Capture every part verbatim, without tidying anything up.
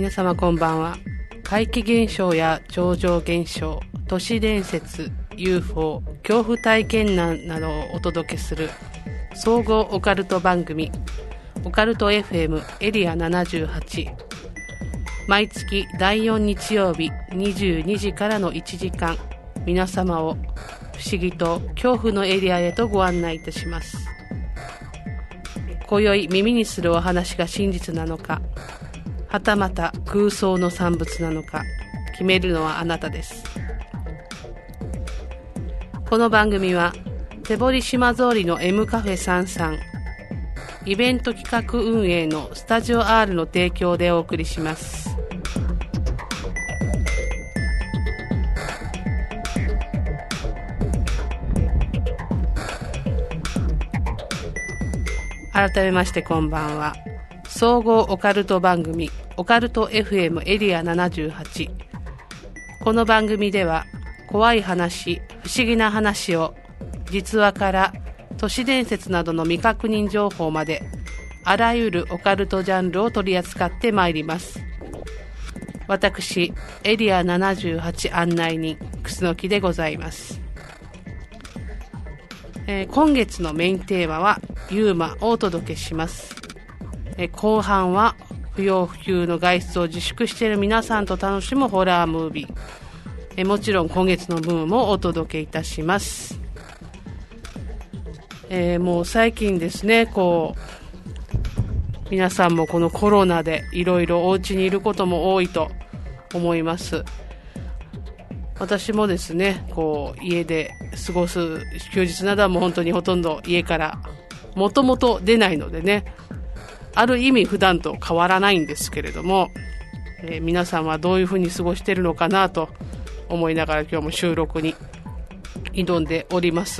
皆様こんばんは。怪奇現象や超常現象、都市伝説、ユーフォー、恐怖体験談などをお届けする総合オカルト番組オカルト エフエム エリアななじゅうはち。毎月だいよん日曜日にじゅうにじからのいちじかん、皆様を不思議と恐怖のエリアへとご案内いたします。今宵耳にするお話が真実なのか、はたまた空想の産物なのか、決めるのはあなたです。この番組は手堀島通りの M カフェさんさんイベント企画運営のスタジオ R の提供でお送りします。改めましてこんばんは。総合オカルト番組オカルト エフエム エリアななじゅうはち。この番組では怖い話、不思議な話を実話から都市伝説などの未確認情報まで、あらゆるオカルトジャンルを取り扱ってまいります。私エリアななじゅうはち案内人楠木でございます。えー、今月のメインテーマはユーマをお届けします。えー、後半は不要不急の外出を自粛している皆さんと楽しむホラームービー、えー、もちろん今月の分もお届けいたします。えー、もう最近ですね、こう皆さんもこのコロナでいろいろお家にいることも多いと思います。私もですね、こう家で過ごす休日などはもう本当にほとんど家からもともと出ないのでね、ある意味普段と変わらないんですけれども、えー、皆さんはどういうふうに過ごしているのかなと思いながら今日も収録に挑んでおります。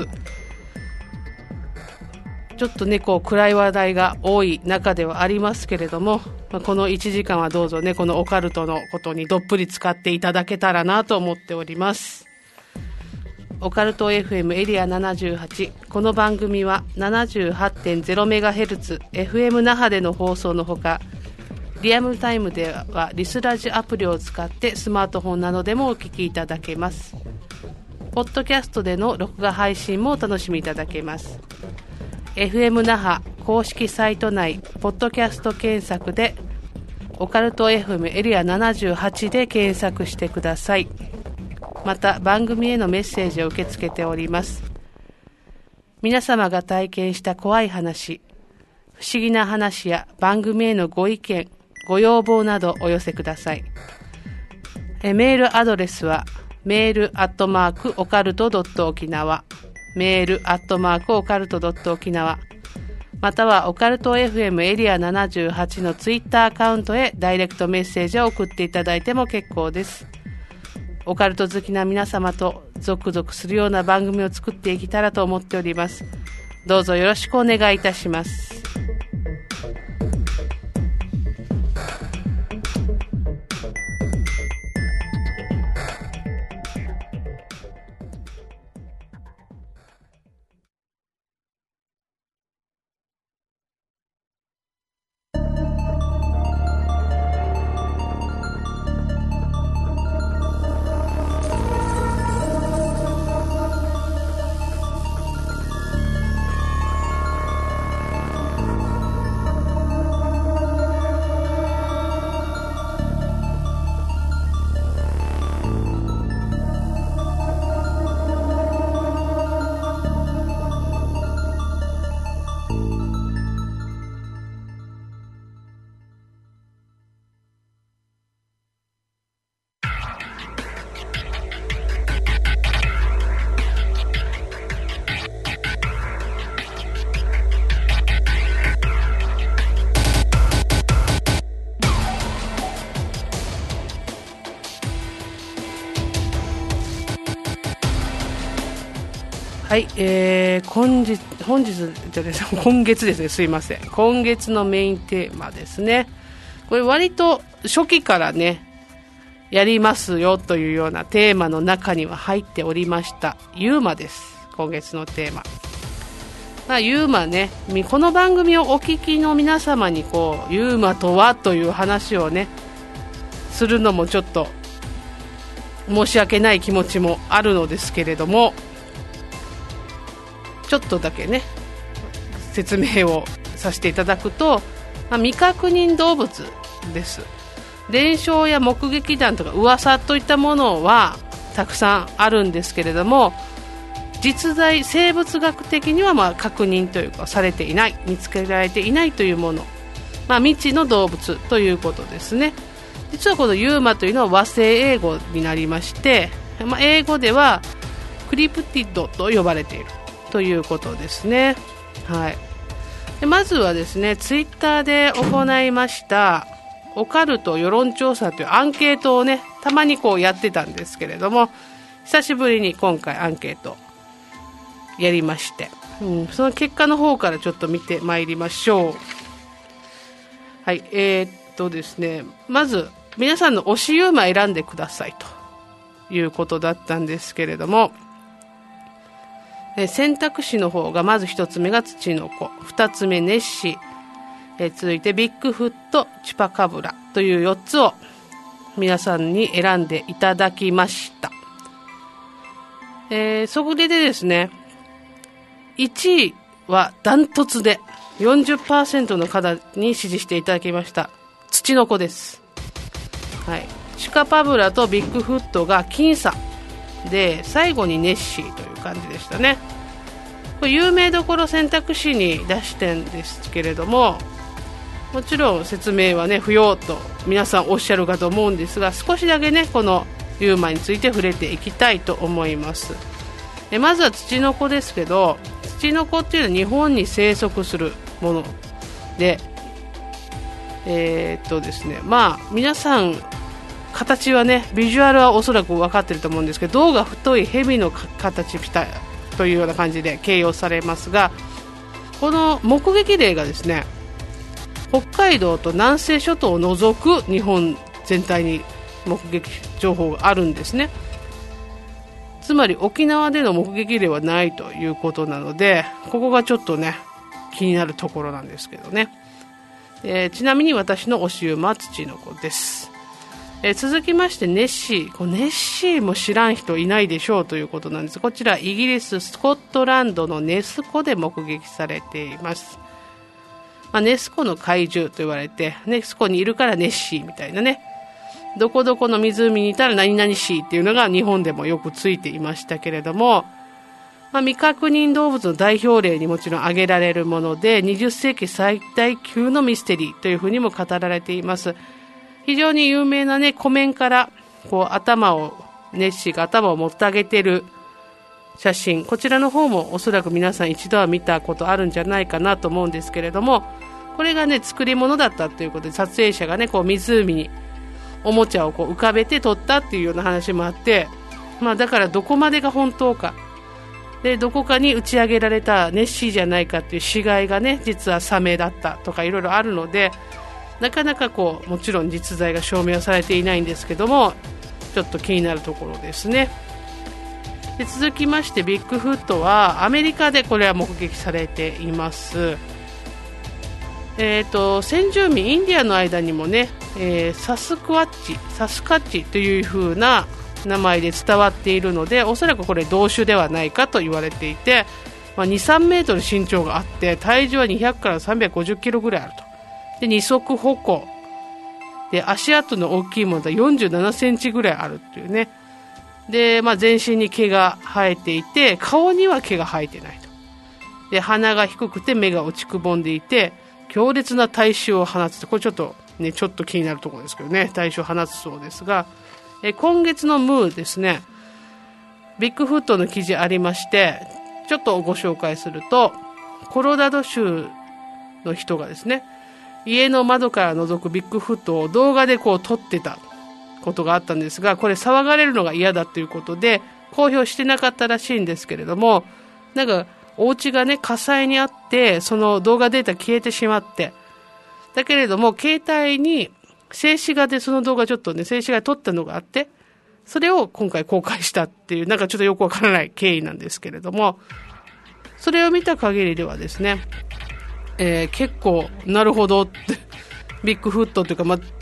ちょっとね、こう暗い話題が多い中ではありますけれども、まあ、このいちじかんはどうぞね、このオカルトのことにどっぷり使っていただけたらなと思っております。オカルト エフエム エリアななじゅうはち。この番組は ななじゅうはちてんゼロメガヘルツ エフエム 那覇での放送のほか、リアルタイムではリスラジアプリを使ってスマートフォンなどでもお聞きいただけます。ポッドキャストでの録画配信もお楽しみいただけます。エフエム 那覇公式サイト内ポッドキャスト検索でオカルト エフエム エリアななじゅうはちで検索してください。また番組へのメッセージを受け付けております。皆様が体験した怖い話、不思議な話や番組へのご意見ご要望などお寄せください。えメールアドレスはメールアットマークオカルトドット沖縄、メールアットマークオカルトドット沖縄、またはオカルト エフエム エリアななじゅうはちのツイッターアカウントへダイレクトメッセージを送っていただいても結構です。オカルト好きな皆様とゾクゾクするような番組を作っていけたらと思っております。どうぞよろしくお願いいたします。はい、えー、今日本日じゃですね、今月ですね、すいません。今月のメインテーマですね。これ割と初期からねやりますよというようなテーマの中には入っておりましたユーマです。今月のテーマ、まあ、ユーマね、この番組をお聞きの皆様にこうユーマとはという話をねするのもちょっと申し訳ない気持ちもあるのですけれども、ちょっとだけね説明をさせていただくと、まあ、未確認動物です。伝承や目撃談とか噂といったものはたくさんあるんですけれども、実在生物学的にはまあ確認というかされていない、見つけられていないというもの、まあ、未知の動物ということですね。実はこのユーマというのは和製英語になりまして、まあ、英語ではクリプティッドと呼ばれているということですね。はい、でまずはですね、ツイッターで行いましたオカルト世論調査というアンケートをね、たまにこうやってたんですけれども、久しぶりに今回アンケートやりまして、うん、その結果の方からちょっと見てまいりましょう。はい、えー、っとですね、まず皆さんの推しユーマ選んでくださいということだったんですけれども、え選択肢の方がまず一つ目がツチノコ、二つ目ネッシー、え続いてビッグフット、チュパカブラというよっつを皆さんに選んでいただきました。えー、そこでですね、いちいはダントツで よんじゅっパーセント の方に支持していただきました。ツチノコです。はい、チュカパブラとビッグフットが僅差で、最後にネッシーという感じでしたね。これ有名どころ選択肢に出してんですけれども、もちろん説明はね不要と皆さんおっしゃるかと思うんですが、少しだけねこのユーマについて触れていきたいと思います。えまずはツチノコですけど、ツチノコっていうのは日本に生息するもので、えー、っとですねまあ皆さん形はね、ビジュアルはおそらく分かってると思うんですけど、胴が太い蛇の形したというような感じで形容されますが、この目撃例がですね、北海道と南西諸島を除く日本全体に目撃情報があるんですね。つまり沖縄での目撃例はないということなので、ここがちょっとね気になるところなんですけどね。えー、ちなみに私の推しユーマはツチノコです。えー、続きましてネッシー、こネッシーも知らん人いないでしょうということなんです。こちらイギリススコットランドのネス湖で目撃されています。まあ、ネス湖の怪獣と言われて、ネス湖にいるからネッシーみたいなね、どこどこの湖にいたら何々シーっていうのが日本でもよくついていましたけれども、まあ、未確認動物の代表例にもちろん挙げられるもので、にじゅっせいき最大級のミステリーというふうにも語られています。非常に有名なね湖面からこう頭をネッシーが頭を持ってあげている写真、こちらの方もおそらく皆さん一度は見たことあるんじゃないかなと思うんですけれども、これがね作り物だったということで、撮影者がねこう湖におもちゃをこう浮かべて撮ったっていうような話もあって、まあ、だからどこまでが本当かで、どこかに打ち上げられたネッシーじゃないかっていう死骸がね実はサメだったとかいろいろあるので、なかなかこうもちろん実在が証明はされていないんですけども、ちょっと気になるところですね。で続きましてビッグフットはアメリカでこれは目撃されています。えーと、先住民インディアンの間にもね、えー、サスクワッチサスカッチという風な名前で伝わっているので、おそらくこれ同種ではないかと言われていて、まあ、に、さんメートル身長があって体重はにひゃくからさんびゃくごじゅっキロぐらいあると。で二足歩行で、足跡の大きいものはよんじゅうななセンチぐらいあるっていうね。で、まあ、全身に毛が生えていて、顔には毛が生えてないと。で鼻が低くて目が落ちくぼんでいて、強烈な体臭を放つって、これちょっとねちょっと気になるところですけどね、体臭を放つそうですが、え今月のムーですね、ビッグフットの記事ありまして、ちょっとご紹介すると、コロラド州の人がですね、家の窓から覗くビッグフットを動画でこう撮ってたことがあったんですが、これ騒がれるのが嫌だということで公表してなかったらしいんですけれども、なんかお家がね火災にあって、その動画データ消えてしまって、だけれども携帯に静止画でその動画ちょっとね静止画で撮ったのがあって、それを今回公開したっていう、なんかちょっとよくわからない経緯なんですけれども、それを見た限りではですね、えー、結構なるほどってビッグフットというか、まあ、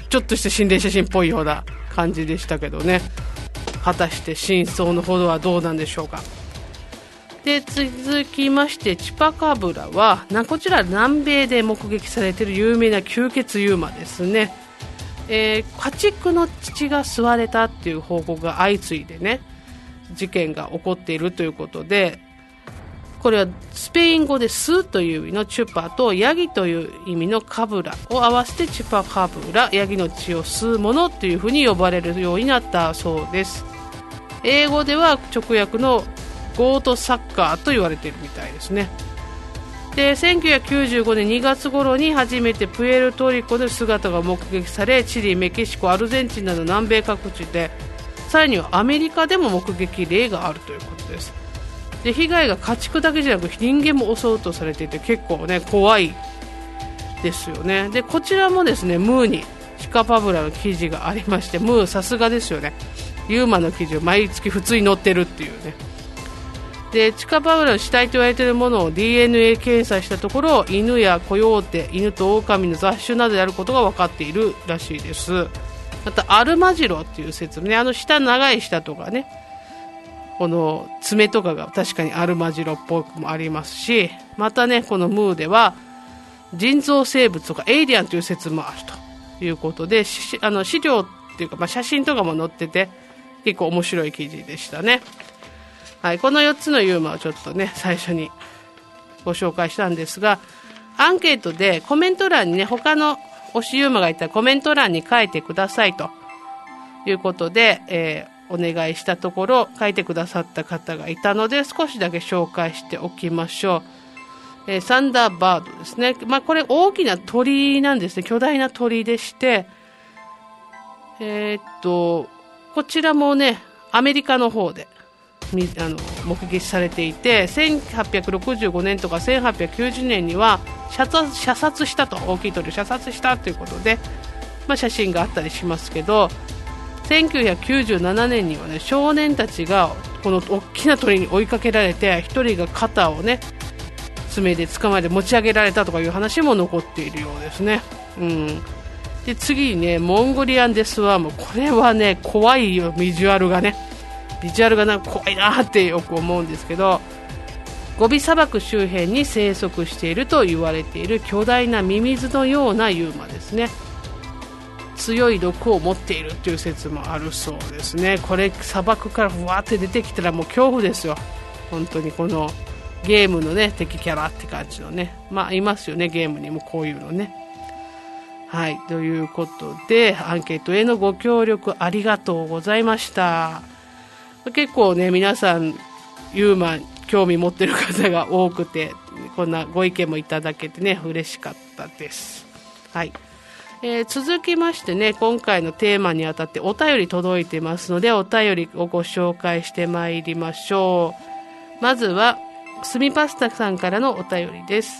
ちょっとした心霊写真っぽいような感じでしたけどね。果たして真相のほどはどうなんでしょうか。で続きましてチュパカブラはなこちら南米で目撃されている有名な吸血ユーマですね。えー、家畜の乳が吸われたっていう報告が相次いでね事件が起こっているということで、これはスペイン語でスという意味のチュパとヤギという意味のカブラを合わせてチュパカブラ、ヤギの血を吸うものというふうに呼ばれるようになったそうです。英語では直訳のゴートサッカーと言われているみたいですね。でせんきゅうひゃくきゅうじゅうごねんにがつ頃に初めてプエルトリコで姿が目撃され、チリ、メキシコ、アルゼンチンなど南米各地で、さらにはアメリカでも目撃例があるということです。で被害が家畜だけじゃなく人間も襲うとされていて結構ね怖いですよね。でこちらもですねムーにチュパカブラの記事がありまして、ムーさすがですよね。ユーマの記事を毎月普通に載ってるっていうね。でチュパカブラの死体と言われているものを ディーエヌエー 検査したところ、犬やコヨーテ、犬と狼の雑種などであることが分かっているらしいです。またアルマジロっていう説ね、あの舌長い舌とかね、この爪とかが確かにアルマジロっぽくもありますし、またねこのムーでは人造生物とかエイリアンという説もあるということで、あの資料っていうか、まあ、写真とかも載ってて結構面白い記事でしたね。はい、このよっつのユーマをちょっとね最初にご紹介したんですが、アンケートでコメント欄にね他の推しユーマがいたらコメント欄に書いてくださいということで、えー、お願いしたところ書いてくださった方がいたので少しだけ紹介しておきましょう。えー、サンダーバードですね。まあ、これ大きな鳥なんですね。巨大な鳥でして、えー、っとこちらもねアメリカの方であの目撃されていて、せんはっぴゃくろくじゅうごねんとかせんはっぴゃくきゅうじゅうねんには射殺、射殺したと、大きい鳥を射殺したということで、まあ、写真があったりしますけど、せんきゅうひゃくきゅうじゅうななねんには、ね、少年たちがこの大きな鳥に追いかけられてひとりが肩をね爪で捕まえて持ち上げられたとかいう話も残っているようですね。うん、で次にねモンゴリアンデスワーム、これはね怖いよ、ビジュアルがねビジュアルがなんか怖いなってよく思うんですけど、ゴビ砂漠周辺に生息していると言われている巨大なミミズのようなユーマですね。強い毒を持っているという説もあるそうですね。これ砂漠からふわって出てきたらもう恐怖ですよ本当に。このゲームのね敵キャラって感じのね、まあいますよねゲームにもこういうのね。はい、ということでアンケートへのご協力ありがとうございました。結構ね皆さんユーマ興味持ってる方が多くて、こんなご意見もいただけてね嬉しかったです。はい、えー、続きましてね今回のテーマにあたってお便り届いてますのでお便りをご紹介してまいりましょう。まずはすみパスタさんからのお便りです。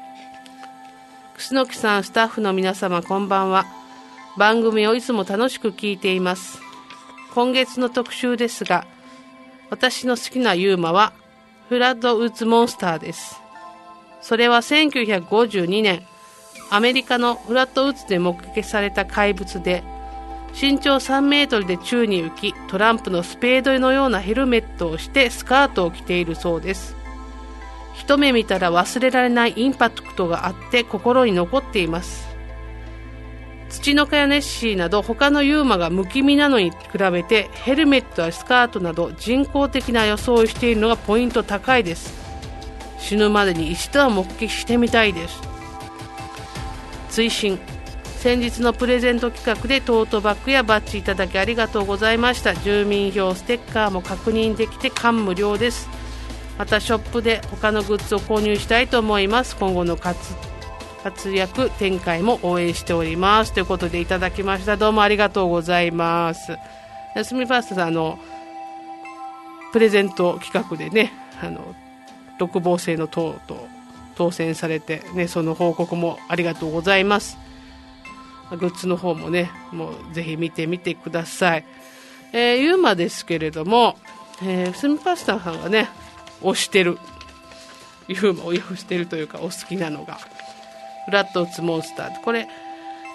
楠木さん、スタッフの皆様こんばんは。番組をいつも楽しく聞いています。今月の特集ですが、私の好きなユーマはフラッドウッズモンスターです。それはせんきゅうひゃくごじゅうにねんアメリカのフラッドウッズで目撃された怪物で、身長さんメートルで宙に浮き、トランプのスペードのようなヘルメットをしてスカートを着ているそうです。一目見たら忘れられないインパクトがあって心に残っています。土の蚊やネッシーなど他のユーマが不気味なのに比べてヘルメットやスカートなど人工的な装いをしているのがポイント高いです。死ぬまでに一度は目撃してみたいです。追伸、先日のプレゼント企画でトートバッグやバッジいただきありがとうございました。住民票ステッカーも確認できて感無量です。またショップで他のグッズを購入したいと思います。今後の活活躍展開も応援しておりますということでいただきました。どうもありがとうございます。すみパスタさん、あのプレゼント企画でね、あの独房製の塔と当選されて、ね、その報告もありがとうございます。グッズの方もね、もうぜひ見てみてください。えー、ユーマですけれども、えー、スミパスタさんがね推してるユーマを推してるというかお好きなのがフラットウッズモンスター、これ、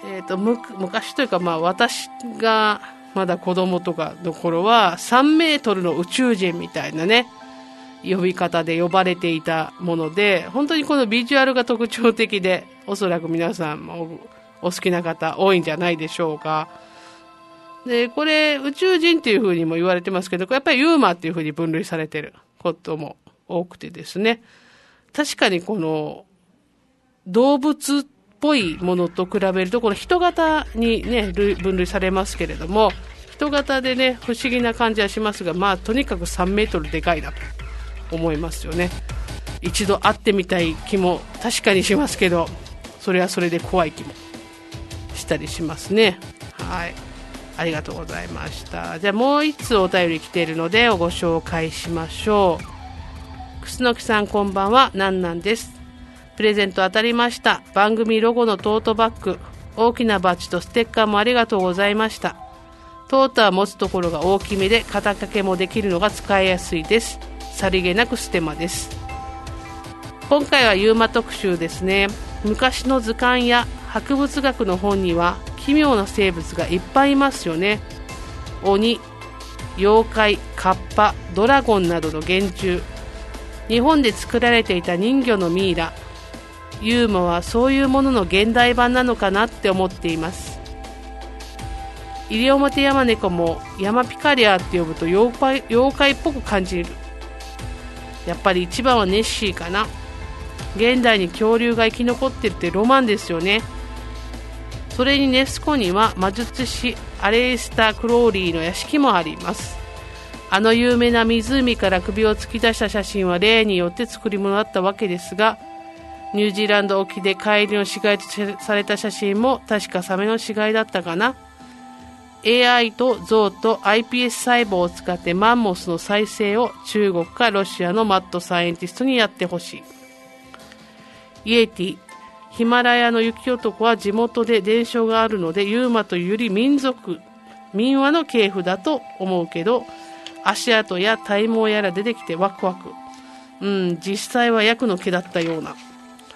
えーと、む昔というか、まあ、私がまだ子供とかの頃はさんメートルの宇宙人みたいなね呼び方で呼ばれていたもので、本当にこのビジュアルが特徴的で、おそらく皆さんもお好きな方多いんじゃないでしょうか。でこれ宇宙人っていう風にも言われてますけど、やっぱりユーマっていう風に分類されてることも多くてですね、確かにこの動物っぽいものと比べると、この人型にね分類されますけれども、人型でね不思議な感じはしますが、まあとにかくさんメートルでかいなと思いますよね。一度会ってみたい気も確かにしますけど、それはそれで怖い気もしたりしますね。はい、ありがとうございました。じゃあもう一つお便り来ているのでご紹介しましょう。くすのきさんこんばんは、なんなんです。プレゼント当たりました。番組ロゴのトートバッグ、大きなバッジとステッカーもありがとうございました。トートは持つところが大きめで肩掛けもできるのが使いやすいです。さりげなくステマです。今回はユーマ特集ですね。昔の図鑑や博物学の本には奇妙な生物がいっぱいいますよね。鬼、妖怪、カッパ、ドラゴンなどの原虫、日本で作られていた人魚のミイラ、ユーマはそういうものの現代版なのかなって思っています。イリオモテヤマネコもヤマピカリアって呼ぶと妖怪、妖怪っぽく感じる。やっぱり一番はネッシーかな。現代に恐竜が生き残ってるってロマンですよね。それにネス湖には魔術師アレイスター・クローリーの屋敷もあります。あの有名な湖から首を突き出した写真は例によって作り物だったわけですが、ニュージーランド沖で帰りの死骸とされた写真も確かサメの死骸だったかな。 エーアイ とゾウと アイピーエス 細胞を使ってマンモスの再生を中国かロシアのマッドサイエンティストにやってほしい。イエティ、ヒマラヤの雪男は地元で伝承があるのでユーマというより民族民話の系譜だと思うけど、足跡や体毛やら出てきてワクワク。うん、実際はヤクの毛だったような。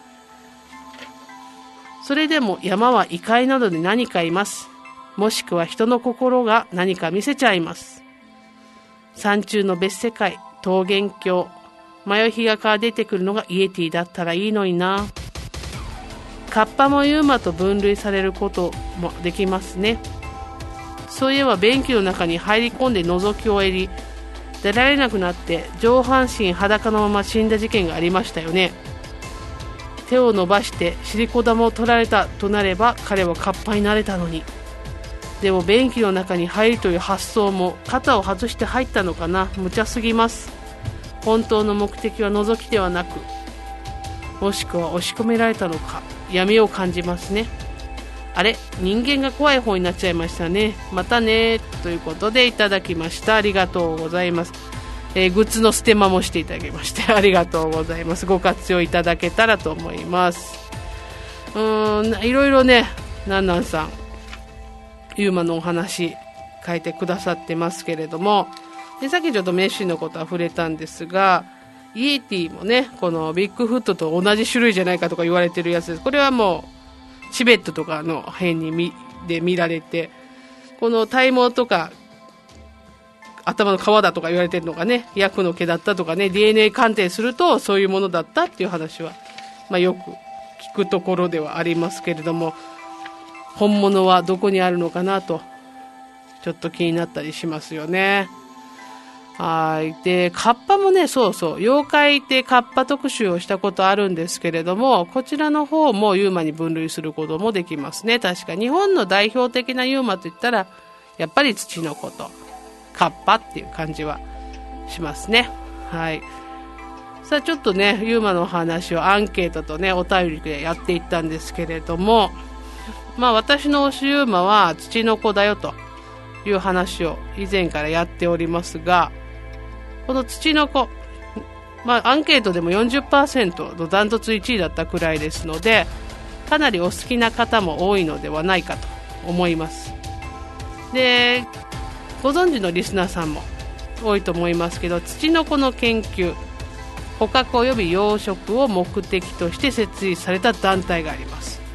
それでも山は異界などで何かいます。もしくは人の心が何か見せちゃいます。山中の別世界、桃源郷、迷い日がから出てくるのがイエティだったらいいのにな。カッパもユーマと分類されることもできますね。そういえば便器の中に入り込んで覗き終えり、出られなくなって上半身裸のまま死んだ事件がありましたよね。手を伸ばしてシリコ玉を取られたとなれば彼はカッパになれたのに。でも便器の中に入るという発想も肩を外して入ったのかな。無茶すぎます。本当の目的は覗きではなく、もしくは押し込められたのか、闇を感じますね。あれ、人間が怖い方になっちゃいましたね。またね、ということでいただきました。ありがとうございます。えー、グッズのステマもしていただきましてありがとうございます。ご活用いただけたらと思います。うーん、いろいろね、なんなんさんユーマのお話書いてくださってますけれども、でさっきちょっとメッシュのことは触れたんですが、イエティもね、このビッグフットと同じ種類じゃないかとか言われてるやつです。これはもうチベットとかの辺に見で見られて、この体毛とか頭の皮だとか言われてるのがね、ヤクの毛だったとかね、 ディーエヌエー 鑑定するとそういうものだったっていう話は、まあ、よく聞くところではありますけれども、本物はどこにあるのかなとちょっと気になったりしますよね。はい。で、カッパもね、そうそう、妖怪でカッパ特集をしたことあるんですけれども、こちらの方もユーマに分類することもできますね。確か日本の代表的なユーマといったらやっぱり土のこと、カッパっていう感じはしますね。はい。さあちょっとね、ユーマの話をアンケートとね、お便りでやっていったんですけれども、まあ私の推しユーマは土の子だよという話を以前からやっておりますが、この土の子、まあアンケートでも よんじゅっパーセント のダントツいちいだったくらいですので、かなりお好きな方も多いのではないかと思います。で、ご存知のリスナーさんも多いと思いますけど、土の子の研究、捕獲及び養殖を目的として設立された団体があります。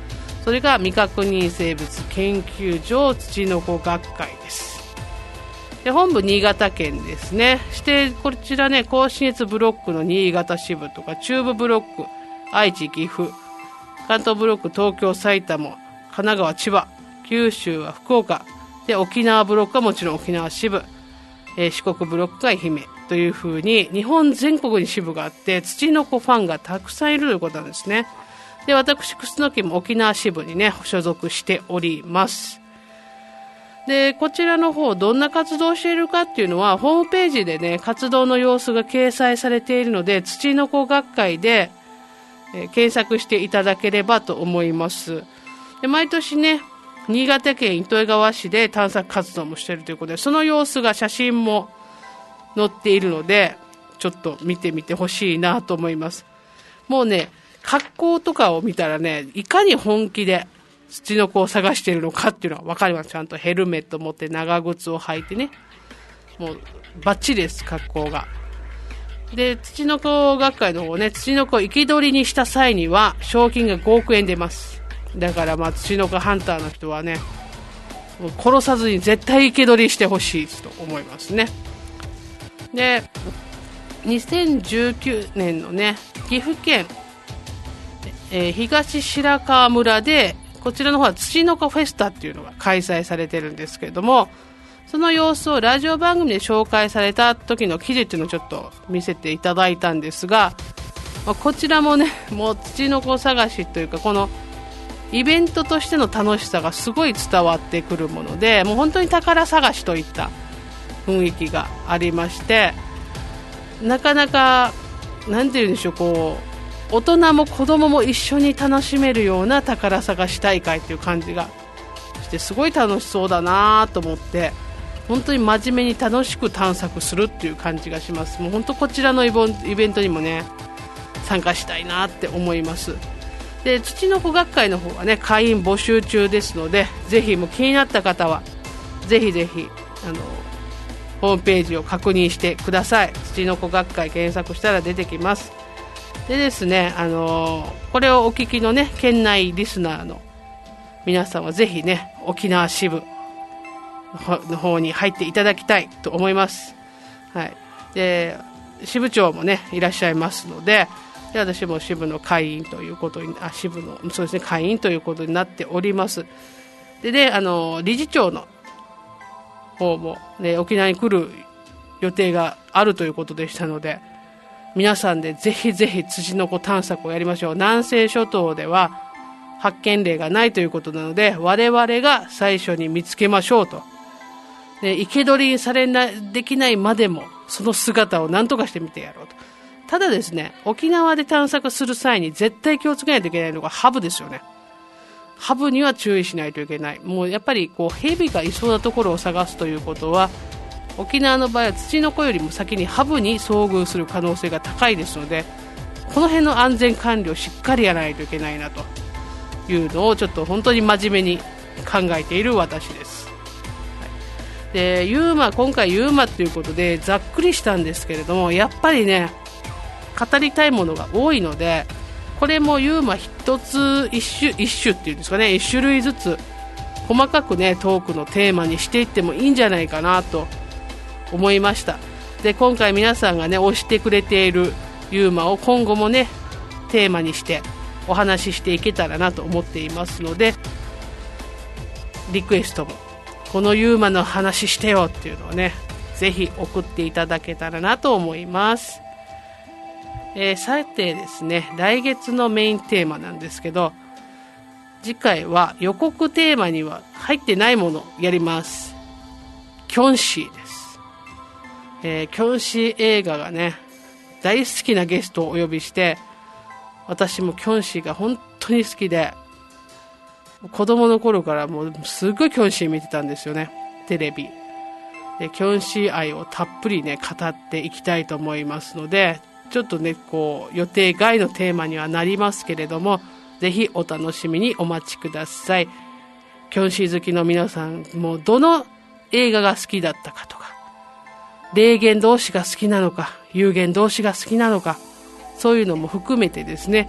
それが未確認生物研究所ツチノコ学会です。で本部新潟県ですね。してこちらね、甲信越ブロックの新潟支部とか、中部ブロック愛知岐阜、関東ブロック東京埼玉、神奈川千葉、九州は福岡で、沖縄ブロックはもちろん沖縄支部、えー、四国ブロックが愛媛というふうに日本全国に支部があって、ツチノコファンがたくさんいるということなんですね。で私楠木も沖縄支部にね所属しております。でこちらの方どんな活動をしているかっていうのはホームページでね活動の様子が掲載されているので、ツチノコ学会で、えー、検索していただければと思います。で毎年ね新潟県糸魚川市で探索活動もしているということで、その様子が写真も載っているのでちょっと見てみてほしいなと思います。もうね格好とかを見たらね、いかに本気でツチノコを探しているのかっていうのは分かります。ちゃんとヘルメット持って長靴を履いてね、もうバッチリです、格好が。でツチノコ学会の方ね、ツチノコを生き捕りにした際には賞金がごおくえん出ます。だからまあツチノコハンターの人はね、もう殺さずに絶対生け捕りしてほしいと思いますね。でにせんじゅうきゅうねんのね岐阜県、えー、東白川村でこちらの方はツチノコフェスタっていうのが開催されてるんですけれども、その様子をラジオ番組で紹介された時の記事っていうのをちょっと見せていただいたんですが、まあ、こちらもねもうツチノコ探しというかこのイベントとしての楽しさがすごい伝わってくるもので、もう本当に宝探しといった雰囲気がありまして、なかなかなんて言うんでしょう、こう大人も子供も一緒に楽しめるような宝探し大会という感じがしてすごい楽しそうだなと思って、本当に真面目に楽しく探索するっていう感じがします。もう本当こちらのイベントにもね参加したいなって思います。でツチノコ学会の方はね会員募集中ですので、ぜひもう気になった方はぜひぜひあのホームページを確認してください。ツチノコ学会検索したら出てきます。でですね、あのー、これをお聞きのね県内リスナーの皆さんはぜひね沖縄支部の方に入っていただきたいと思います。はい、で支部長もねいらっしゃいますので、で私も支部の会員ということにあ支部のそうですね会員ということになっております。でね、あの理事長の方も、ね、沖縄に来る予定があるということでしたので、皆さんでぜひぜひツチノコ探索をやりましょう。南西諸島では発見例がないということなので、我々が最初に見つけましょうと。で生け捕りにされなできないまでもその姿を何とかしてみてやろうと。ただですね、沖縄で探索する際に絶対気をつけないといけないのがハブですよね。ハブには注意しないといけない。もうやっぱりこうヘビがいそうなところを探すということは、沖縄の場合はツチノコよりも先にハブに遭遇する可能性が高いですので、この辺の安全管理をしっかりやらないといけないなというのをちょっと本当に真面目に考えている私です。でユーマ今回ユーマということでざっくりしたんですけれども、やっぱりね語りたいものが多いので、これもユーマ一つ一種一種っていうんですかね、一種類ずつ細かくねトークのテーマにしていってもいいんじゃないかなと思いました。で今回皆さんがね推してくれているユーマを今後もねテーマにしてお話ししていけたらなと思っていますので、リクエストもこのユーマの話してよっていうのをねぜひ送っていただけたらなと思います。えー、さてですね、来月のメインテーマなんですけど、次回は予告テーマには入ってないものをやります。キョンシーです。えー、キョンシー映画がね大好きなゲストをお呼びして、私もキョンシーが本当に好きで、子供の頃からもうすごいキョンシー見てたんですよね、テレビで。キョンシー愛をたっぷりね語っていきたいと思いますので、ちょっとねこう予定外のテーマにはなりますけれども、ぜひお楽しみにお待ちください。キョンシー好きの皆さんもどの映画が好きだったかとか、霊言同士が好きなのか有言同士が好きなのか、そういうのも含めてですね、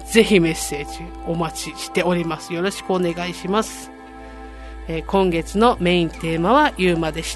ぜひメッセージお待ちしております。よろしくお願いします。えー、今月のメインテーマはユーマでした。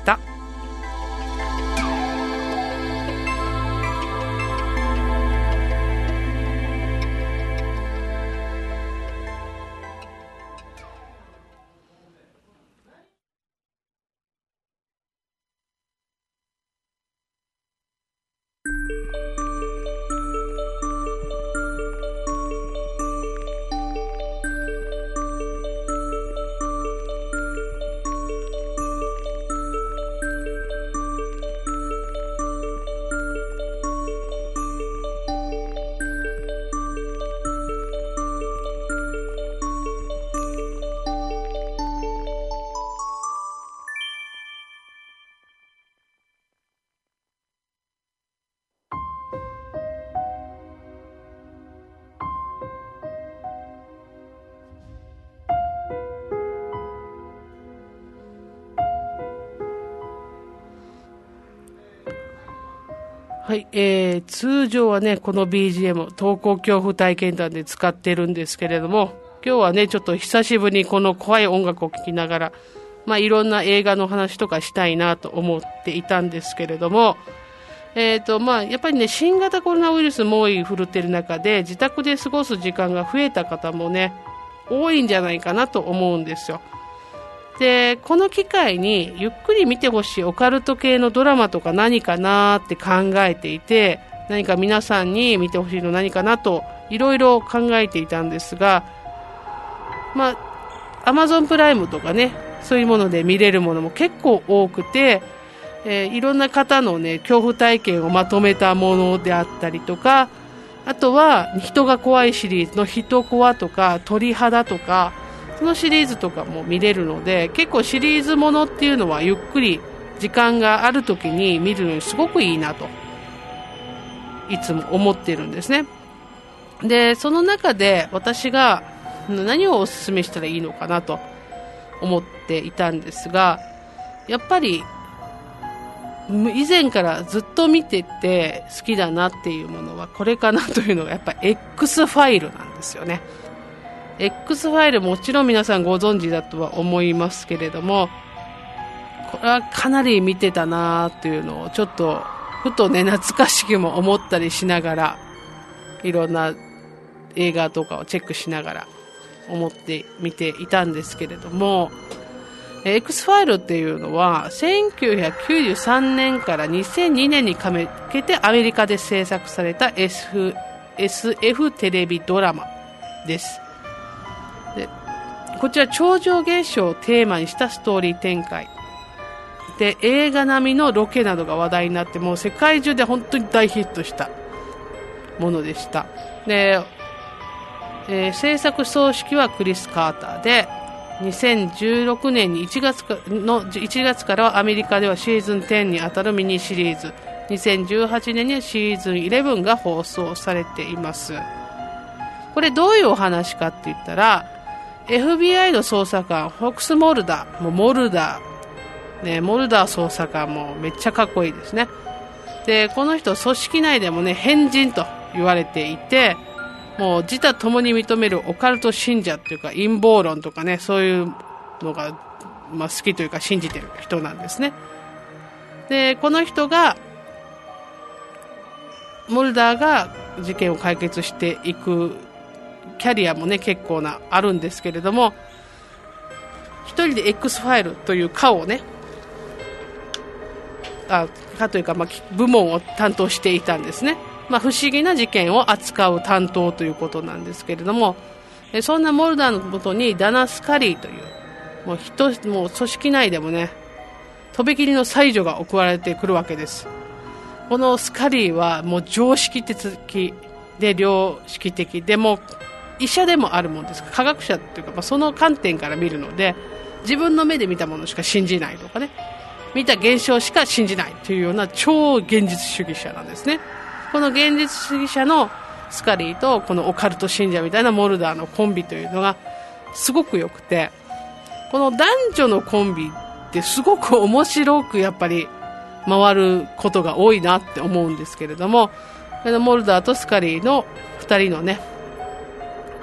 はい、えー、通常はね、この ビージーエム、登校恐怖体験談で使ってるんですけれども、今日はね、ちょっと久しぶりにこの怖い音楽を聴きながら、まあいろんな映画の話とかしたいなと思っていたんですけれども、えーと、まあやっぱりね、新型コロナウイルス猛威振るってる中で、自宅で過ごす時間が増えた方もね、多いんじゃないかなと思うんですよ。で、この機会にゆっくり見てほしいオカルト系のドラマとか何かなって考えていて、何か皆さんに見てほしいの何かなといろいろ考えていたんですが、まあ Amazon プライムとかね、そういうもので見れるものも結構多くて、えー、いろんな方のね恐怖体験をまとめたものであったりとか、あとは人が怖いシリーズの人怖とか鳥肌とか、そのシリーズとかも見れるので、結構シリーズものっていうのはゆっくり時間がある時に見るのにすごくいいなといつも思ってるんですね。で、その中で私が何をお勧めしたらいいのかなと思っていたんですが、やっぱり以前からずっと見てて好きだなっていうものはこれかなというのがやっぱ X ファイルなんですよね。X ファイルもちろん皆さんご存知だとは思いますけれども、これはかなり見てたなというのをちょっとふとね懐かしくも思ったりしながら、いろんな映画とかをチェックしながら思って見ていたんですけれども、 X ファイルっていうのはせんきゅうひゃくきゅうじゅうさんねんからにせんにねんにかけてアメリカで制作された エスエフ テレビドラマです。で、こちら超常現象をテーマにしたストーリー展開で、映画並みのロケなどが話題になって、もう世界中で本当に大ヒットしたものでした。で、えー、制作総指揮はクリス・カーターで、にせんじゅうろくねんにいちがつかのいちがつからはアメリカではシーズンじゅうにあたるミニシリーズ、にせんじゅうはちねんにはシーズンじゅういちが放送されています。これどういうお話かって言ったら、エフビーアイ の捜査官フォックス・モルダー、もうモルダー、ね、モルダー捜査官もめっちゃかっこいいですね。で、この人組織内でもね変人と言われていて、もう自他ともに認めるオカルト信者っていうか陰謀論とかね、そういうのが、まあ、好きというか信じてる人なんですね。で、この人がモルダーが事件を解決していくキャリアもね結構なあるんですけれども、一人で X ファイルという課をねあ課というか、まあ、部門を担当していたんですね。まあ、不思議な事件を扱う担当ということなんですけれども、えそんなモルダーのもとにダナ・スカリーというもう人もう組織内でもねとびきりの才女が送られてくるわけです。このスカリーはもう常識的で良識的でも医者でもあるもんですから、科学者というか、まあ、その観点から見るので、自分の目で見たものしか信じないとかね、見た現象しか信じないというような超現実主義者なんですね。この現実主義者のスカリーとこのオカルト信者みたいなモルダーのコンビというのがすごく良くて、この男女のコンビってすごく面白くやっぱり回ることが多いなって思うんですけれども、モルダーとスカリーのふたりのね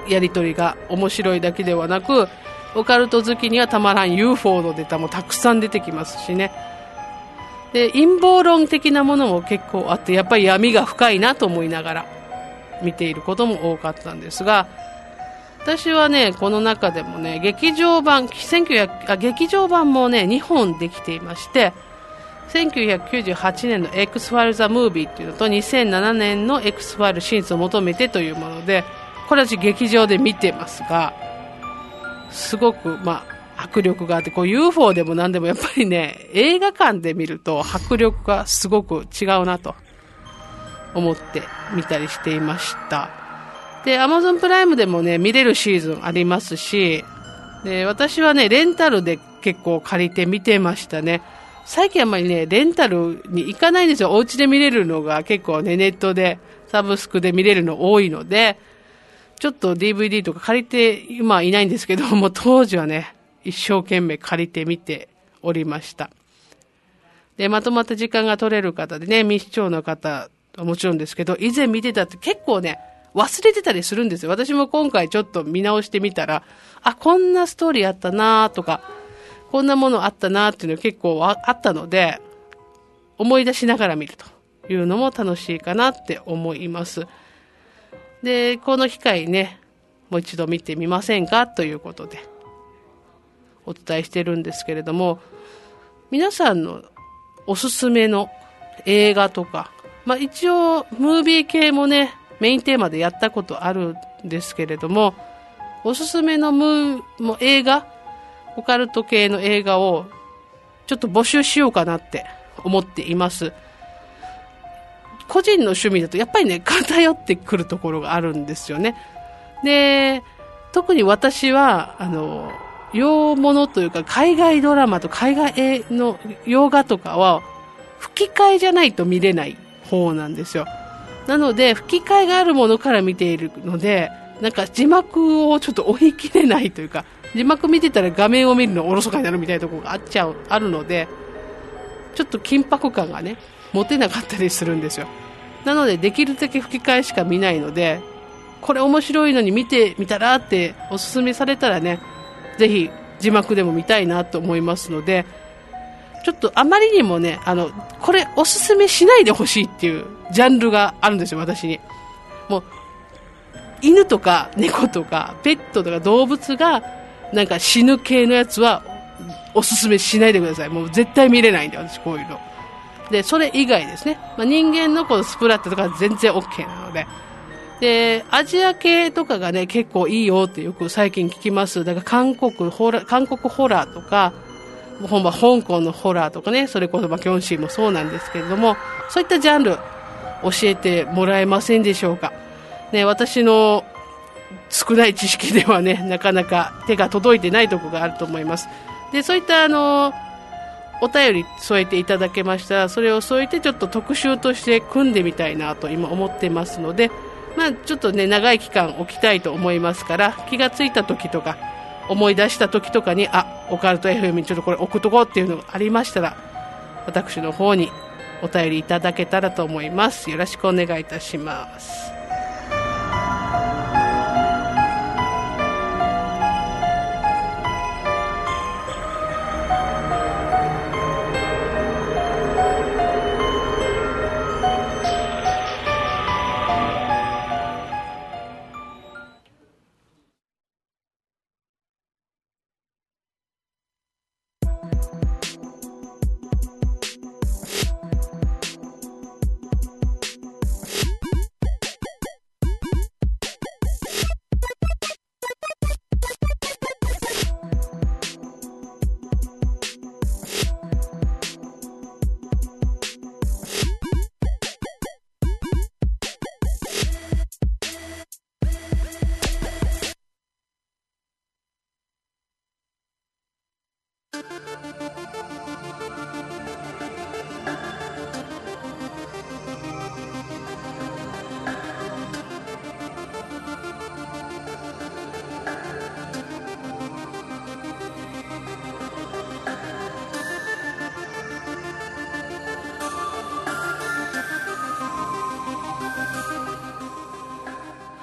やりとりが面白いだけではなく、オカルト好きにはたまらん ユーフォー のネタもたくさん出てきますしね。で、陰謀論的なものも結構あって、やっぱり闇が深いなと思いながら見ていることも多かったんですが、私はね、この中でもね、劇場版、せんきゅうひゃくあ劇場版もね、にほんできていまして、せんきゅうひゃくきゅうじゅうはちねんの X ファイルザムービーっていうのとにせんななねんの X ファイル真実を求めてというもので、これは私劇場で見てますが、すごくまあ迫力があって、こう ユーフォー でも何でもやっぱりね、映画館で見ると迫力がすごく違うなと思って見たりしていました。で、Amazon プライムでもね、見れるシーズンありますし、で、私はね、レンタルで結構借りて見てましたね。最近あんまりね、レンタルに行かないんですよ。お家で見れるのが結構ね、ネットで、サブスクで見れるの多いので、ちょっと ディーブイディー とか借りて、今はいないんですけども、当時はね、一生懸命借りてみておりました。で、まとまった時間が取れる方でね、未視聴の方はもちろんですけど、以前見てたって結構ね、忘れてたりするんですよ。私も今回ちょっと見直してみたら、あ、こんなストーリーあったなとか、こんなものあったなっていうの結構あったので、思い出しながら見るというのも楽しいかなって思います。で、この機会ね、もう一度見てみませんかということでお伝えしてるんですけれども、皆さんのおすすめの映画とか、まあ一応ムービー系もね、メインテーマでやったことあるんですけれども、おすすめのムーも映画、オカルト系の映画をちょっと募集しようかなって思っています。個人の趣味だとやっぱりね、偏ってくるところがあるんですよね。で、特に私はあの洋物というか海外ドラマと海外の洋画とかは吹き替えじゃないと見れない方なんですよ。なので吹き替えがあるものから見ているので、なんか字幕をちょっと追い切れないというか、字幕見てたら画面を見るのおろそかになるみたいなところがあっちゃうあるので、ちょっと緊迫感がね持てなかったりするんですよ。なのでできるだけ吹き替えしか見ないので、これ面白いのに見てみたらっておすすめされたらね、ぜひ字幕でも見たいなと思いますので、ちょっとあまりにもね、あのこれおすすめしないでほしいっていうジャンルがあるんですよ、私に。もう犬とか猫とかペットとか動物がなんか死ぬ系のやつはおすすめしないでください。もう絶対見れないんで、私こういうので。それ以外ですね、まあ、人間のこのスプラッタとかは全然 OK なので、でアジア系とかがね結構いいよってよく最近聞きます。だから韓国ホラー、韓国ホラーとか、ほんま香港のホラーとかね、それこそまあキョンシーもそうなんですけれども、そういったジャンル教えてもらえませんでしょうかね。私の少ない知識ではね、なかなか手が届いてないところがあると思います。で、そういったあのお便り添えていただけましたら、それを添えてちょっと特集として組んでみたいなと今思ってますので、まあちょっとね長い期間置きたいと思いますから、気がついた時とか思い出した時とかに、あ、オカルト エフエム にちょっとこれ置くとこっていうのがありましたら、私の方にお便りいただけたらと思います。よろしくお願いいたします。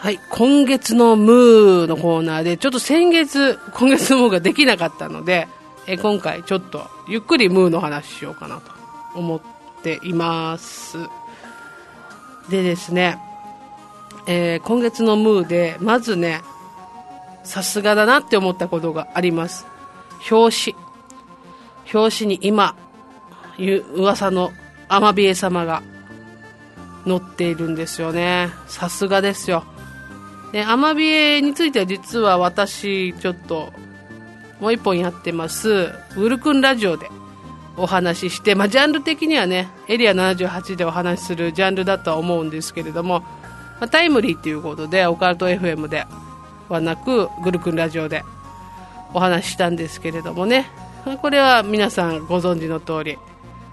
はい、今月のムーのコーナーでちょっと先月今月のムーができなかったので、え今回ちょっとゆっくりムーの話しようかなと思っています。でですね、えー、今月のムーでまずね、さすがだなって思ったことがあります。表紙表紙に今噂のアマビエ様が載っているんですよね。さすがですよ。で、アマビエについては実は私ちょっともう一本やってますウルクンラジオでお話しして、まあ、ジャンル的にはねエリアななじゅうはちでお話しするジャンルだとは思うんですけれども、まあ、タイムリーということでオカルト エフエム ではなくグルクンラジオでお話ししたんですけれどもね、これは皆さんご存知の通り、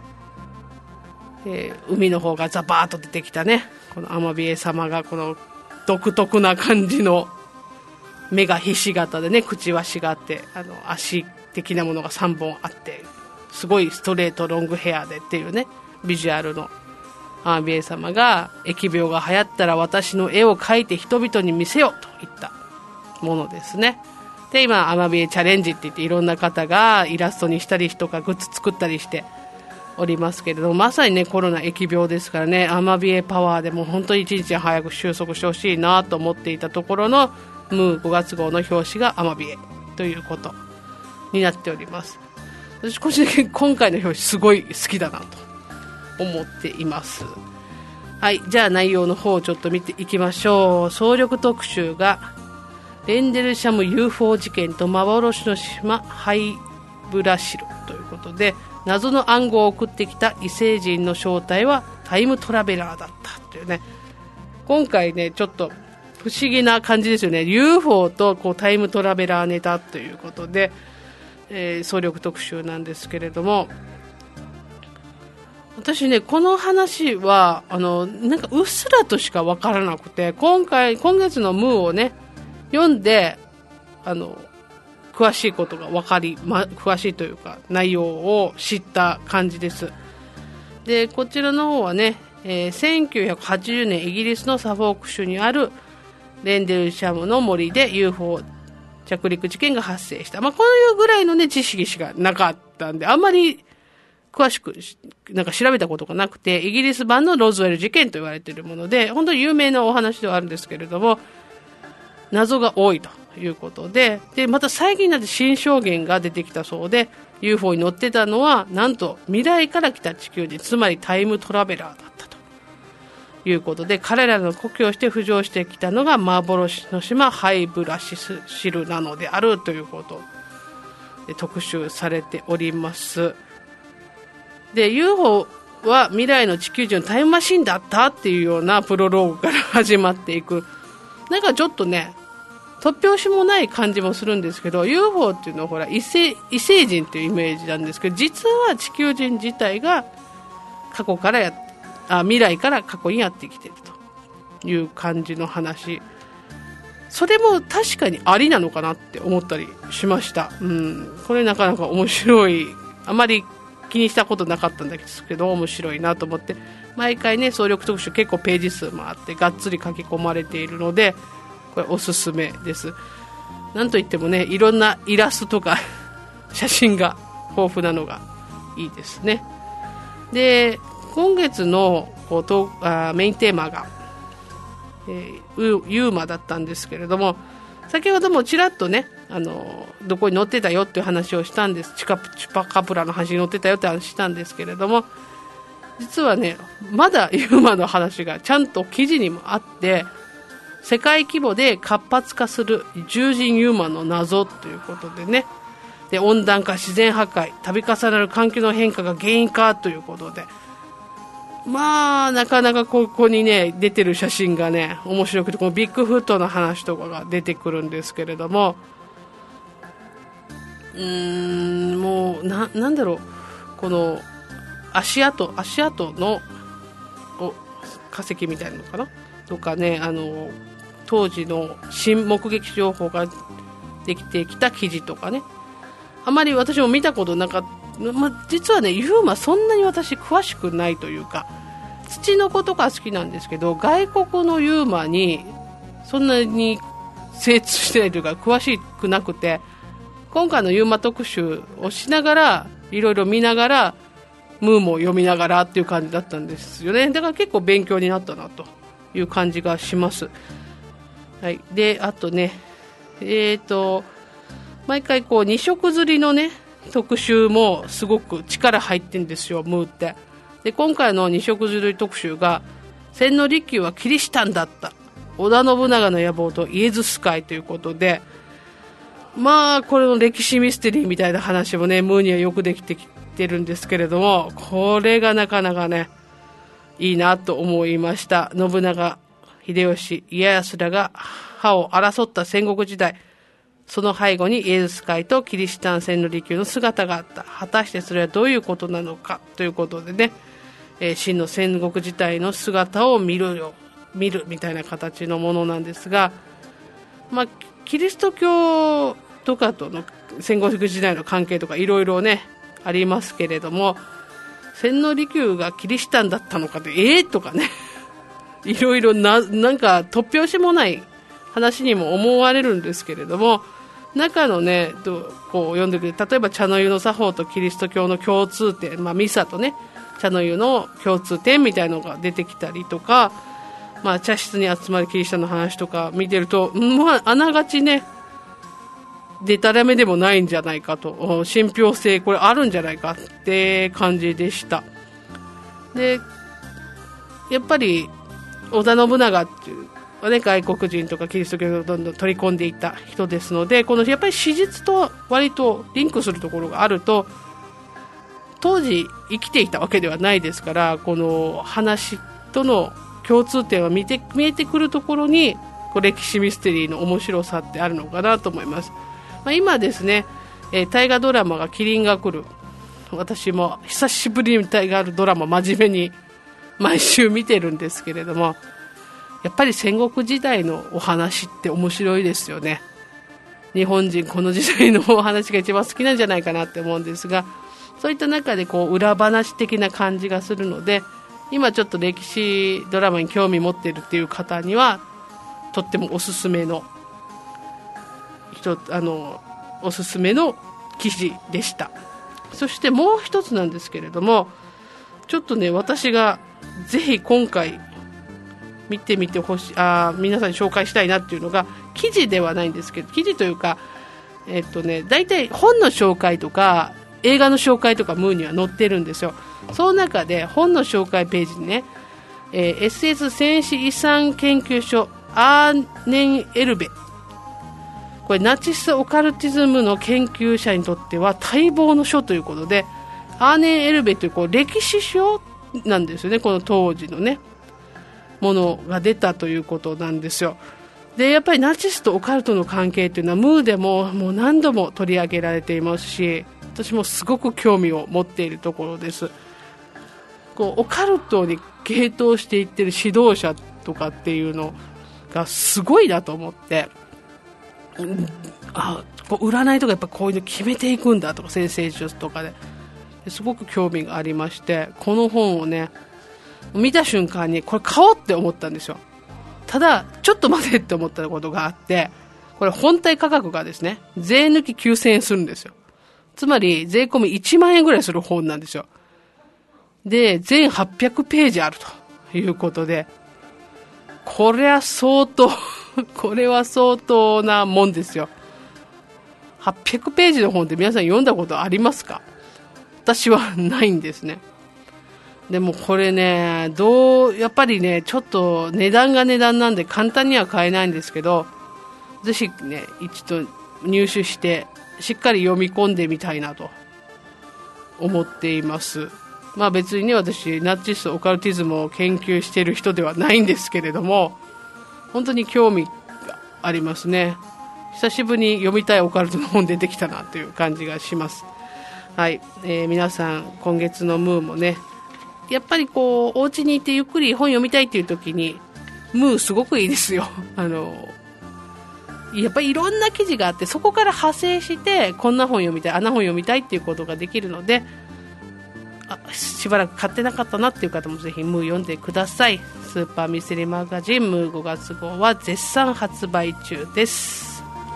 えー、海の方がザバーッと出てきたね、このアマビエ様がこの独特な感じの目がひし形でね、口はしがって、あの足的なものがさんぼんあって、すごいストレートロングヘアでっていうねビジュアルのアマビエ様が、疫病が流行ったら私の絵を描いて人々に見せよといったものですね。で、今アマビエチャレンジって言っていろんな方がイラストにしたりとかグッズ作ったりしておりますけれども、まさにねコロナ疫病ですからね、アマビエパワーでも本当に一日早く収束してほしいなと思っていたところのムーごがつ号の表紙がアマビエということになっております。私個人的に今回の表紙すごい好きだなと思っています。はい、じゃあ内容の方をちょっと見ていきましょう。総力特集がレンデルシャム ユーフォー 事件と幻の島ハイブラシルということで、謎の暗号を送ってきた異星人の正体はタイムトラベラーだったというね、今回ねちょっと不思議な感じですよね。 ユーフォー とこうタイムトラベラーネタということで、えー、総力特集なんですけれども、私ねこの話はあのなんかうっすらとしか分からなくて、今回今月のムーをね読んであの詳しいことが分かり、ま、詳しいというか内容を知った感じです。でこちらの方はね、えー、せんきゅうひゃくはちじゅうねんイギリスのサフォーク州にあるレンデルシャムの森で ユーフォー 着陸事件が発生した、まあ、こういうぐらいの、ね、知識しかなかったんであんまり詳しくなんか調べたことがなくて、イギリス版のロズウェル事件と言われているもので本当に有名なお話ではあるんですけれども、謎が多いということで、でまた最近になって新証言が出てきたそうで、 ユーフォー に乗ってたのはなんと未来から来た地球人、つまりタイムトラベラーだったということで、彼らの故郷として浮上してきたのが幻の島ハイブラシルなのであるということで特集されております。で ユーフォー は未来の地球人のタイムマシンだったっていうようなプロローグから始まっていく、なんかちょっとね突拍子もない感じもするんですけど、 ユーフォー っていうのはほら異星、異星人っていうイメージなんですけど、実は地球人自体が過去からやあ未来から過去にやってきているという感じの話、それも確かにありなのかなって思ったりしました。うん、これなかなか面白い、あまり気にしたことなかったんですけど面白いなと思って、毎回ね総力特集結構ページ数もあってがっつり書き込まれているので、これおすすめです。なんといってもねいろんなイラストとか写真が豊富なのがいいですね。で今月のこうとあメインテーマが、えー、ユーマだったんですけれども、先ほどもちらっとねあのどこに載ってたよっていう話をしたんです。チカチュパカプラの話に載ってたよって話したんですけれども、実はねまだユーマの話がちゃんと記事にもあって、世界規模で活発化する獣人ユーマの謎ということでね、で温暖化、自然破壊、度重なる環境の変化が原因かということで、まあなかなかここにね出てる写真がね面白くて、このビッグフットの話とかが出てくるんですけれども、うーんもう な, なんだろうこの足跡足跡の化石みたいなのかなとかね、あの当時の新目撃情報ができてきた記事とかね、あまり私も見たことなかった、まあ、実はねユーマそんなに私詳しくないというか、土の子とか好きなんですけど、外国のユーマにそんなに精通してないというか詳しくなくて、今回のユーマ特集をしながらいろいろ見ながらムーも読みながらっていう感じだったんですよね。だから結構勉強になったなという感じがします。はい、であとねえーと毎回こうに色刷りのね特集もすごく力入ってるんですよ、ムーって。で今回のに色刷り特集が千利休はキリシタンだった、織田信長の野望とイエズス会ということで、まあこれの歴史ミステリーみたいな話もねムーにはよくできてきてるんですけれども、これがなかなかねいいなと思いました。信長、秀吉、家康らが歯を争った戦国時代、その背後にイエズス会とキリシタン千利休の姿があった。果たしてそれはどういうことなのかということでね、えー、真の戦国時代の姿を見るよ見るみたいな形のものなんですが、まあ、キリスト教とかとの戦国時代の関係とかいろいろねありますけれども、千利休がキリシタンだったのかでえーとかねいろいろな、なんか突拍子もない話にも思われるんですけれども、中のねこう読んでくる、例えば茶の湯の作法とキリスト教の共通点、まあ、ミサとね茶の湯の共通点みたいなのが出てきたりとか、まあ、茶室に集まるキリシタンの話とか見てると、まあ、あながちねでたらめでもないんじゃないかと、信憑性これあるんじゃないかって感じでした。でやっぱり織田信長っていうね、外国人とかキリスト教をどんどん取り込んでいった人ですので、このやっぱり史実と割とリンクするところがあると、当時生きていたわけではないですから、この話との共通点は見て見えてくるところにこう歴史ミステリーの面白さってあるのかなと思います。まあ、今ですね、えー、大河ドラマがキリンが来る、私も久しぶりに大河ドラマ真面目に毎週見てるんですけれども、やっぱり戦国時代のお話って面白いですよね。日本人この時代のお話が一番好きなんじゃないかなって思うんですが、そういった中でこう裏話的な感じがするので、今ちょっと歴史ドラマに興味持っているっていう方にはとってもおすすめのあのおすすめの記事でした。そしてもう一つなんですけれども、ちょっとね私がぜひ今回見てみてほしい、あ皆さんに紹介したいなっていうのが、記事ではないんですけど、記事というか、えっとね、大体本の紹介とか映画の紹介とかムーには載ってるんですよ。その中で本の紹介ページにね、えー、エスエス 戦史遺産研究所アーネン・エルベ、これナチスオカルティズムの研究者にとっては待望の書ということで、アーネン・エルベという、こう歴史書なんですよね。この当時のねものが出たということなんですよ。でやっぱりナチスとオカルトの関係というのはムーでももう何度も取り上げられていますし、私もすごく興味を持っているところです。こうオカルトに傾倒していってる指導者とかっていうのがすごいなと思って、うん、あこう占いとかやっぱこういうの決めていくんだとか、先生術とかで、ですごく興味がありまして、この本をね見た瞬間にこれ買おうって思ったんですよ。ただちょっと待てって思ったことがあって、これ本体価格がですね税抜ききゅうせんえんするんですよ。つまり税込みいちまんえんぐらいする本なんですよ。で全はっぴゃくページあるということで、これは相当これは相当なもんですよ。はっぴゃくページの本って皆さん読んだことありますか？私はないんですね。でもこれね、どうやっぱりねちょっと値段が値段なんで簡単には買えないんですけど、ぜひね一度入手してしっかり読み込んでみたいなと思っています。まあ別にね私ナチスオカルティズムを研究している人ではないんですけれども、本当に興味がありますね。久しぶりに読みたいオカルトの本出てきたなという感じがします。はい、えー、皆さん今月のムーもね、やっぱりこうお家にいてゆっくり本読みたいっていう時にムーすごくいいですよ。あのやっぱりいろんな記事があって、そこから派生してこんな本読みたい、あんな本読みたいっていうことができるので、 あしばらく買ってなかったなっていう方もぜひムー読んでください。スーパーミステリーマガジンムーごがつ号は絶賛発売中です。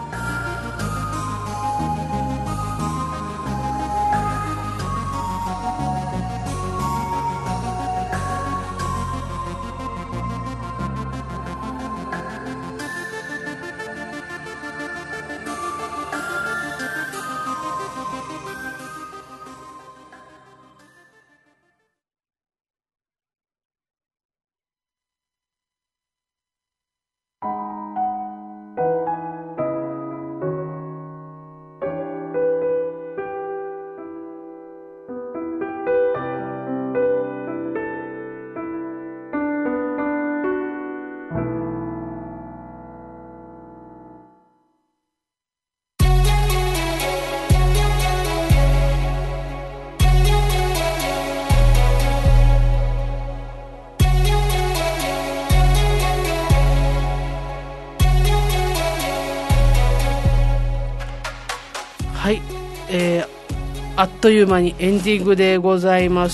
はい、えー、あっという間にエンディングでございます。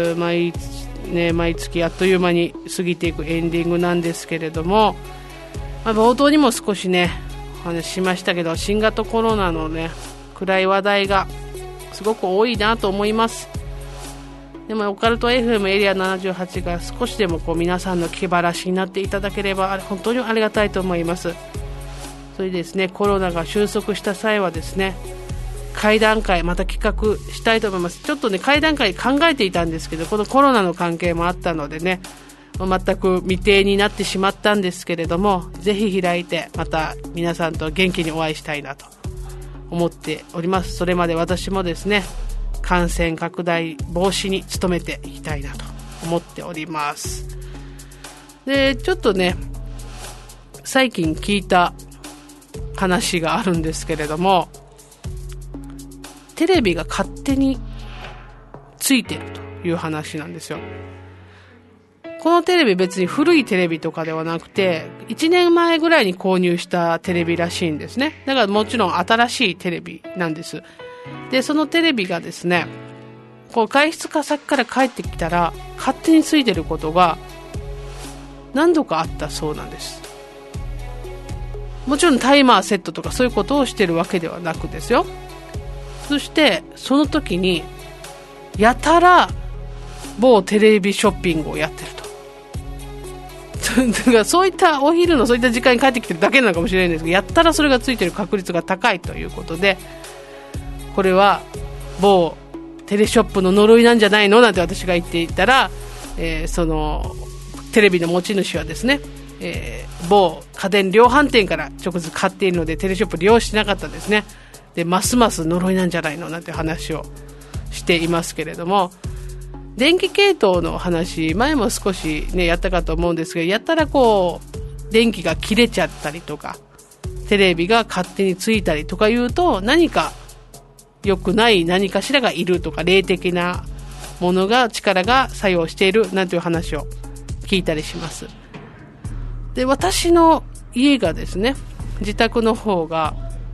毎,、ね、毎月あっという間に過ぎていくエンディングなんですけれども、まあ、冒頭にも少しねお話ししましたけど、新型コロナのね暗い話題がすごく多いなと思います。でもオカルト エフエム エリアななじゅうはちが少しでもこう皆さんの気晴らしになっていただければ本当にありがたいと思います。それでですね、コロナが収束した際はですね、会談会また企画したいと思います。ちょっとね会談会考えていたんですけど、このコロナの関係もあったのでね全く未定になってしまったんですけれども、ぜひ開いてまた皆さんと元気にお会いしたいなと思っております。それまで私もですね感染拡大防止に努めていきたいなと思っております。でちょっとね最近聞いた話があるんですけれども、テレビが勝手についてるという話なんですよ。このテレビ別に古いテレビとかではなくていちねんまえぐらいに購入したテレビらしいんですね。だからもちろん新しいテレビなんです。でそのテレビがですねこう外出か先から帰ってきたら勝手についてることが何度かあったそうなんです。もちろんタイマーセットとかそういうことをしてるわけではなくですよ。そしてその時にやたら某テレビショッピングをやってるとだからそういったお昼のそういった時間に帰ってきてるだけなのかもしれないんですけど、やったらそれがついてる確率が高いということで、これは某テレショップの呪いなんじゃないのなんて私が言っていたら、えー、そのテレビの持ち主はですね、えー、某家電量販店から直接買っているのでテレショップ利用してなかったんですね。でますます呪いなんじゃないのなんて話をしていますけれども、電気系統の話前も少し、ね、やったかと思うんですが、やったらこう電気が切れちゃったりとかテレビが勝手についたりとかいうと何か良くない何かしらがいるとか霊的なものが力が作用しているなんていう話を聞いたりします。で私の家がですね自宅の方が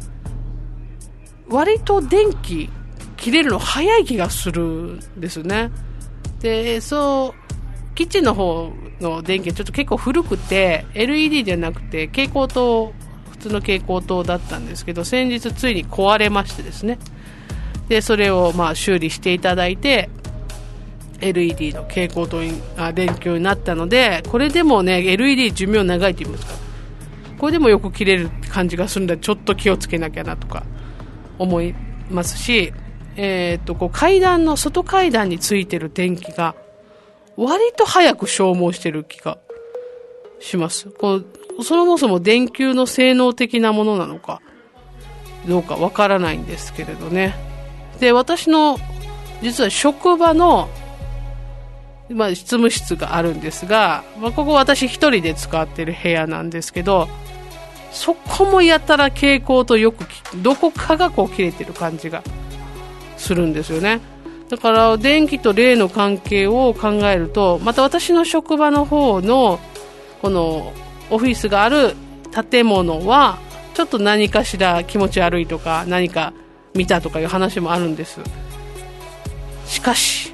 割と電気切れるの早い気がするんですね。でそうキッチンの方の電気はちょっと結構古くて エルイーディー じゃなくて蛍光灯普通の蛍光灯だったんですけど、先日ついに壊れましてですね、でそれをまあ修理していただいて エルイーディー の蛍光灯にあ電球になったので、これでもね エルイーディー 寿命長いって言いますか、これでもよく切れる感じがするんでちょっと気をつけなきゃなとか思いますし、えー、っとこう階段の外階段についてる電気が割と早く消耗してる気がします。こうそもそも電球の性能的なものなのかどうかわからないんですけれどね。で私の実は職場の、まあ、執務室があるんですが、まあ、ここ私一人で使ってる部屋なんですけど、そこもやたら蛍光とよくどこかがこう切れてる感じがするんですよね。だから電気と霊の関係を考えると、また私の職場の方のこのオフィスがある建物はちょっと何かしら気持ち悪いとか何か見たとかいう話もあるんです。しかし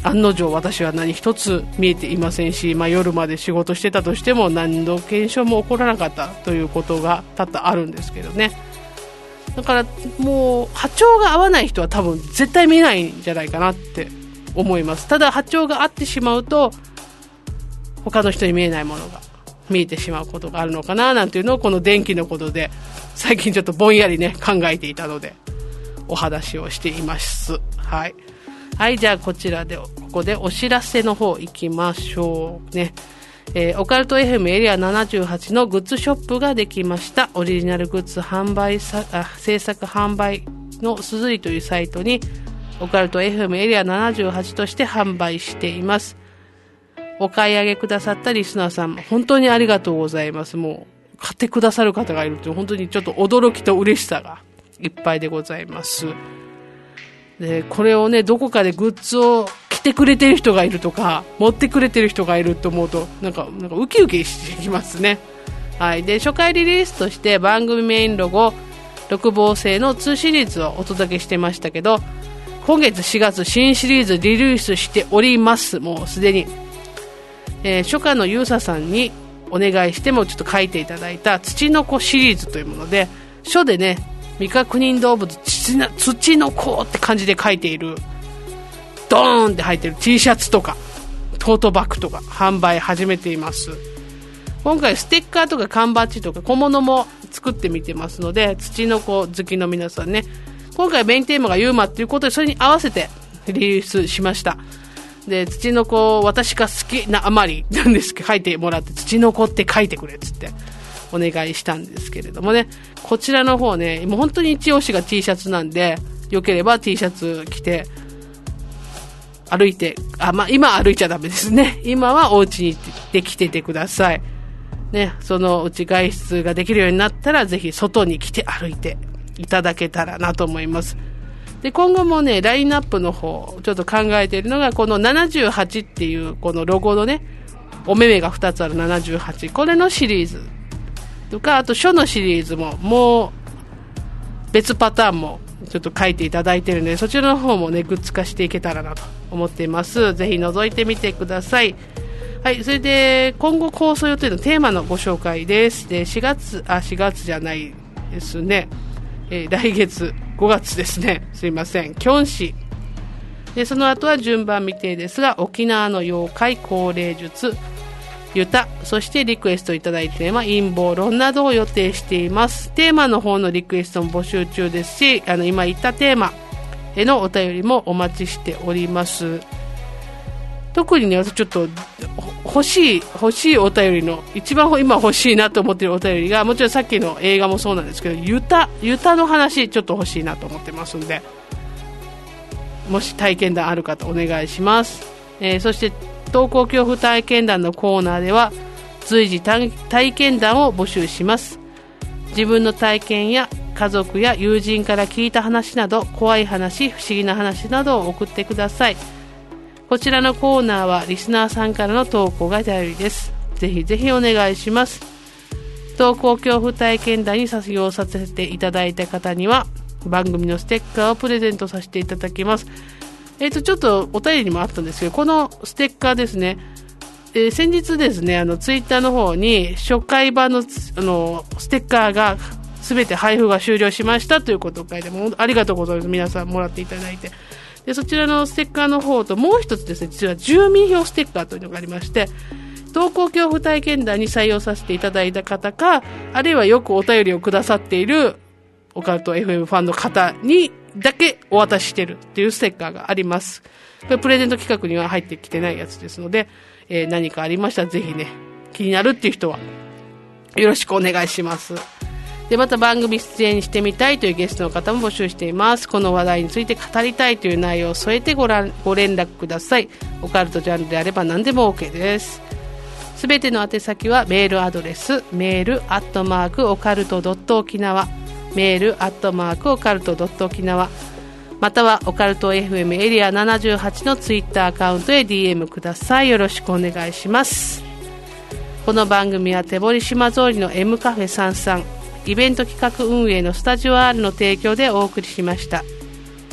案の定私は何一つ見えていませんし、まあ、夜まで仕事してたとしても何の検証も起こらなかったということが多々あるんですけどね。だからもう波長が合わない人は多分絶対見ないんじゃないかなって思います。ただ波長が合ってしまうと他の人に見えないものが見えてしまうことがあるのかななんていうのをこの電気のことで最近ちょっとぼんやりね考えていたのでお話をしています。はい、はい、じゃあこちらでここでお知らせの方行きましょうね。えー、オカルト エフエム エリアななじゅうはちのグッズショップができました。オリジナルグッズ販売さあ制作販売のすずりというサイトにオカルト エフエム エリアななじゅうはちとして販売しています。お買い上げくださったリスナーさん本当にありがとうございます。もう買ってくださる方がいると本当にちょっと驚きと嬉しさがいっぱいでございます。でこれをねどこかでグッズを着てくれてる人がいるとか持ってくれてる人がいると思うとなんかなんかウキウキしてきますね。はい、で初回リリースとして番組メインロゴ六芒星のにシリーズをお届けしてましたけど、今月しがつ新シリーズリリースしております。もうすでに、えー、初夏のゆうささんにお願いしてもちょっと書いていただいた土の子シリーズというもので、書でね未確認動物土の、土の子って感じで書いているドーンって入ってる T シャツとかトートバッグとか販売始めています。今回ステッカーとか缶バッジとか小物も作ってみてますので、土の子好きの皆さんね、今回メインテーマがユーマっていうことでそれに合わせてリリースしました。で土の子私が好きなあまりなんですけど書いてもらって、土の子って書いてくれっつってお願いしたんですけれどもね、こちらの方ねもう本当に一押しが T シャツなんで、よければ T シャツ着て歩いて、あ、まあ、今歩いちゃダメですね。今はお家に行ってきててくださいね。そのうち外出ができるようになったらぜひ外に来て歩いていただけたらなと思います。で今後もねラインナップの方ちょっと考えているのがこのななじゅうはちっていうこのロゴのねお目目がふたつあるななじゅうはち、これのシリーズとか、あと書のシリーズももう別パターンもちょっと書いていただいているので、そちらの方もねグッズ化していけたらなと思っています。ぜひ覗いてみてください。はい、それで今後構想予定のテーマのご紹介です。でしがつあしがつじゃないですね、えー、来月ごがつですね、すいません、キョンシで、その後は順番未定ですが沖縄の妖怪高齢術ユタ、そしてリクエストいただいたテーマ陰謀論などを予定しています。テーマの方のリクエストも募集中ですし、あの今言ったテーマへのお便りもお待ちしております。特にね私ちょっと欲しい欲しいお便りの一番今欲しいなと思っているお便りが、もちろんさっきの映画もそうなんですけどユタユタの話ちょっと欲しいなと思ってますんで、もし体験談ある方お願いします。えー、そして投稿恐怖体験談のコーナーでは随時体験談を募集します。自分の体験や家族や友人から聞いた話など怖い話、不思議な話などを送ってください。こちらのコーナーはリスナーさんからの投稿が頼りです。ぜひぜひお願いします。投稿恐怖体験談に採用させていただいた方には番組のステッカーをプレゼントさせていただきます。えーと、ちょっとお便りにもあったんですけど、このステッカーですね、えー、先日ですね、あのツイッターの方に初回版の、あのステッカーが全て配布が終了しましたということを書いて、もありがとうございます。皆さんもらっていただいて、でそちらのステッカーの方ともう一つですね、実は住民票ステッカーというのがありまして、投稿恐怖体験談に採用させていただいた方か、あるいはよくお便りをくださっているオカルト エフエム ファンの方にだけお渡ししてるっていうステッカーがあります。これプレゼント企画には入ってきてないやつですので、えー、何かありましたらぜひね、気になるっていう人はよろしくお願いします。でまた番組出演してみたいというゲストの方も募集しています。この話題について語りたいという内容を添えてご覧ご連絡ください。オカルトジャンルであれば何でも OK です。すべての宛先はメールアドレスメールアットマークオカルトドット沖縄、メールアットマークオカルトドット沖縄、またはオカルト エフエム エリアななじゅうはちのツイッターアカウントへ ディーエム ください。よろしくお願いします。この番組は手堀島通りの M カフェさんさんイベント企画運営のスタジオ R の提供でお送りしました。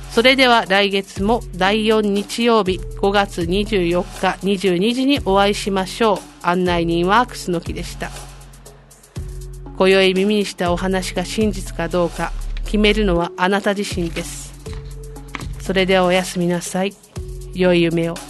それでは来月もだいよん日曜日ごがつにじゅうよっかにじゅうにじにお会いしましょう。案内人は楠木でした。今宵耳にしたお話が真実かどうか決めるのはあなた自身です。それではおやすみなさい。良い夢を。